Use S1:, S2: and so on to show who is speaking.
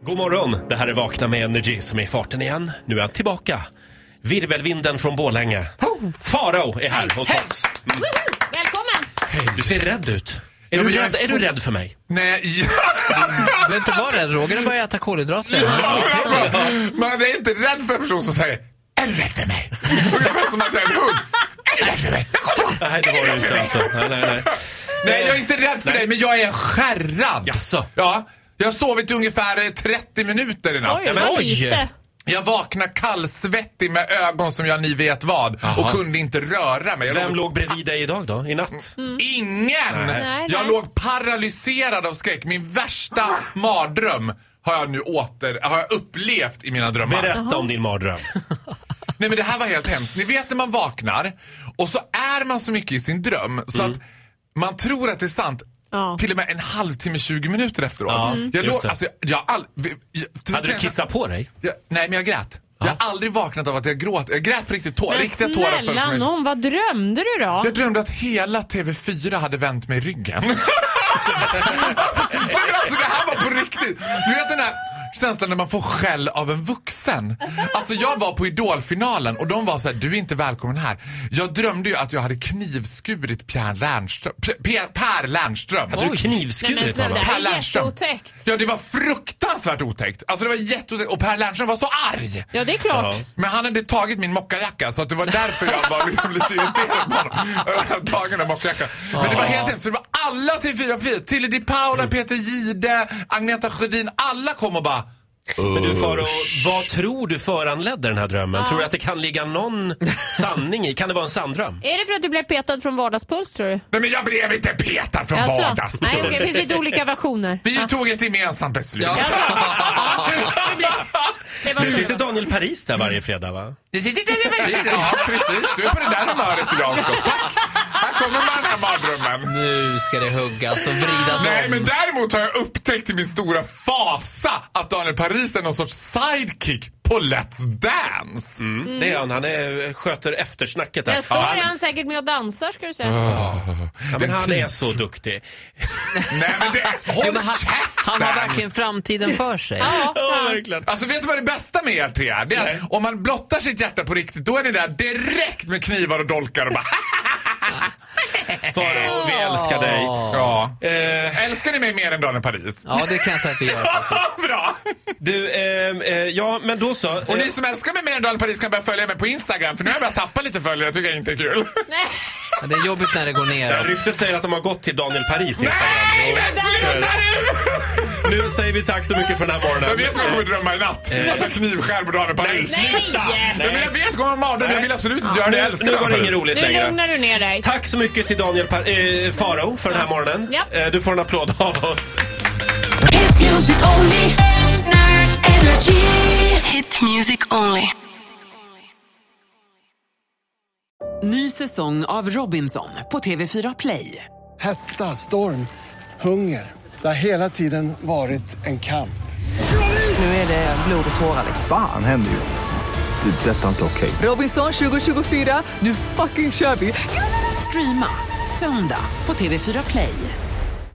S1: God morgon, det här är Vakna med Energy som är i farten igen. Nu är han tillbaka. Virvelvinden från Borlänge. Farao är här hos oss.
S2: Välkommen!
S1: Hej, du ser rädd ut. Är du rädd för mig?
S3: Nej.
S4: Du behöver inte vara rädd, Roger. Du börjar äta kolhydrater.
S3: Man är inte rädd för en person som säger: är du rädd för mig? Ungefär som att jag är en hund. Är du rädd för mig?
S1: Nej, det var det inte alltså. Nej,
S3: jag är inte rädd för dig, men jag är skärrad.
S1: Jaså?
S3: Ja, jag har sovit ungefär 30 minuter i natt.
S2: Lite.
S3: Jag vaknade kallsvettig med ögon som jag ni vet vad.
S1: Aha.
S3: Och kunde inte röra mig.
S1: Vem låg bredvid dig idag då, i natt?
S3: Ingen!
S2: Nej.
S3: Jag låg paralyserad av skräck. Min värsta mardröm har jag upplevt i mina drömmar.
S1: Berätta om din mardröm.
S3: Nej, men det här var helt hemskt. Ni vet när man vaknar och så är man så mycket i sin dröm så att man tror att det är sant.
S2: Ja.
S3: Till och med en halvtimme, 20 minuter efteråt.
S1: Hade du kissat på dig?
S3: Nej, men jag grät. Jag har aldrig vaknat av att jag gråt. Jag grät på riktigt riktiga tårar. Men
S2: snälla någon, vad drömde du då?
S3: Jag drömde att hela TV4 hade vänt mig ryggen. Men alltså, det här var på riktigt. Du vet den här känslan när man får skäll av en vuxen. Alltså jag var på Idolfinalen och de var så här: du är inte välkommen här. Jag drömde ju att jag hade knivskurit Per Lernström.
S1: Hade du knivskurit honom?
S2: Det här är jätteotäckt.
S3: Ja, det var fruktansvärt otäckt. Alltså det var jätteotäckt. Och Per Lernström var så arg.
S2: Ja, det är klart.
S1: Ja.
S3: Men han hade tagit min mockajacka, så att det var därför jag var liksom lite irriterad på honom. Jag hade tagit den där mockajackan. Men det var helt enkelt, för det var alla TV4, Tilly Di Paula, Peter Jihde, Agneta Sjödin, alla kom och bara...
S1: Men du Farao, vad tror du föranledde den här drömmen? Tror du att det kan ligga någon sanning i? Kan det vara en sanndröm?
S2: Är det för att du blev petad från vardagspuls, tror du?
S3: Nej, men jag blev inte petad från vardagspuls.
S2: Nej, okej, det finns lite olika versioner.
S3: Vi tog ett gemensamt beslut.
S4: Ja.
S1: Nu sitter Daniel Paris där varje fredag, va?
S3: Ja, precis. Du är på det där humöret idag också. Tack. Här kommer man, den här mardrömmen.
S4: Nu ska det huggas och vridas
S3: Nej,
S4: om.
S3: men däremot har jag upptäckt till min stora fasa att Daniel Paris är någon sorts sidekick på Let's Dance.
S1: Det är han sköter eftersnacket där.
S2: Jag står han säkert med och dansar, ska du säga.
S1: Ja, men han är så duktig.
S3: Nej, men det... Håll käften!
S4: Han har verkligen framtiden för sig.
S2: Ja,
S1: Verkligen.
S3: Alltså, vet du vad det bästa med er tre är? Det är om man blottar sitt hjärta på riktigt, då är ni där direkt med knivar och dolkar och bara...
S1: Farao, vi älskar dig.
S3: Ja. Älskar ni mig mer än Daniel Paris?
S4: Ja, det kan jag säga att vi gör faktiskt.
S3: Bra!
S1: Du, ja, men då så.
S3: Och ni som älskar mig mer än Daniel Paris kan börja följa mig på Instagram, för nu har jag börjat tappa lite följare, jag tycker jag inte är kul.
S2: Nej.
S4: Ja, det är jobbigt när det går ner.
S1: Ryktet säger att de har gått till Daniel Paris Instagram.
S3: Nej, men sluta nu!
S1: Nu säger vi tack så mycket för den här morgonen.
S3: Jag vet vad jag kommer drömma i natt. Att jag knivskär på Daniel Paris.
S2: Nej.
S3: Ja, men jag vet vad man jag vill absolut inte göra det. Jag älskar
S1: Nu var det
S3: Daniel
S1: inget
S3: Paris.
S1: roligt
S2: Nu
S1: längre.
S2: lugnar du ner dig.
S1: Tack så mycket till Daniel Farao för den här morgonen.
S2: Ja.
S1: Du får en applåd av oss.
S5: Hit music only. Energy.
S6: Hit music only.
S7: Ny säsong av Robinson på TV4 Play.
S8: Hetta, storm, hunger. Det har hela tiden varit en kamp.
S7: Nu är det blod och tårar.
S9: Fan händer just nu. Det. Detta är inte okej.
S7: Robinson 2024, nu fucking kör vi. Streama söndag på TV4 Play.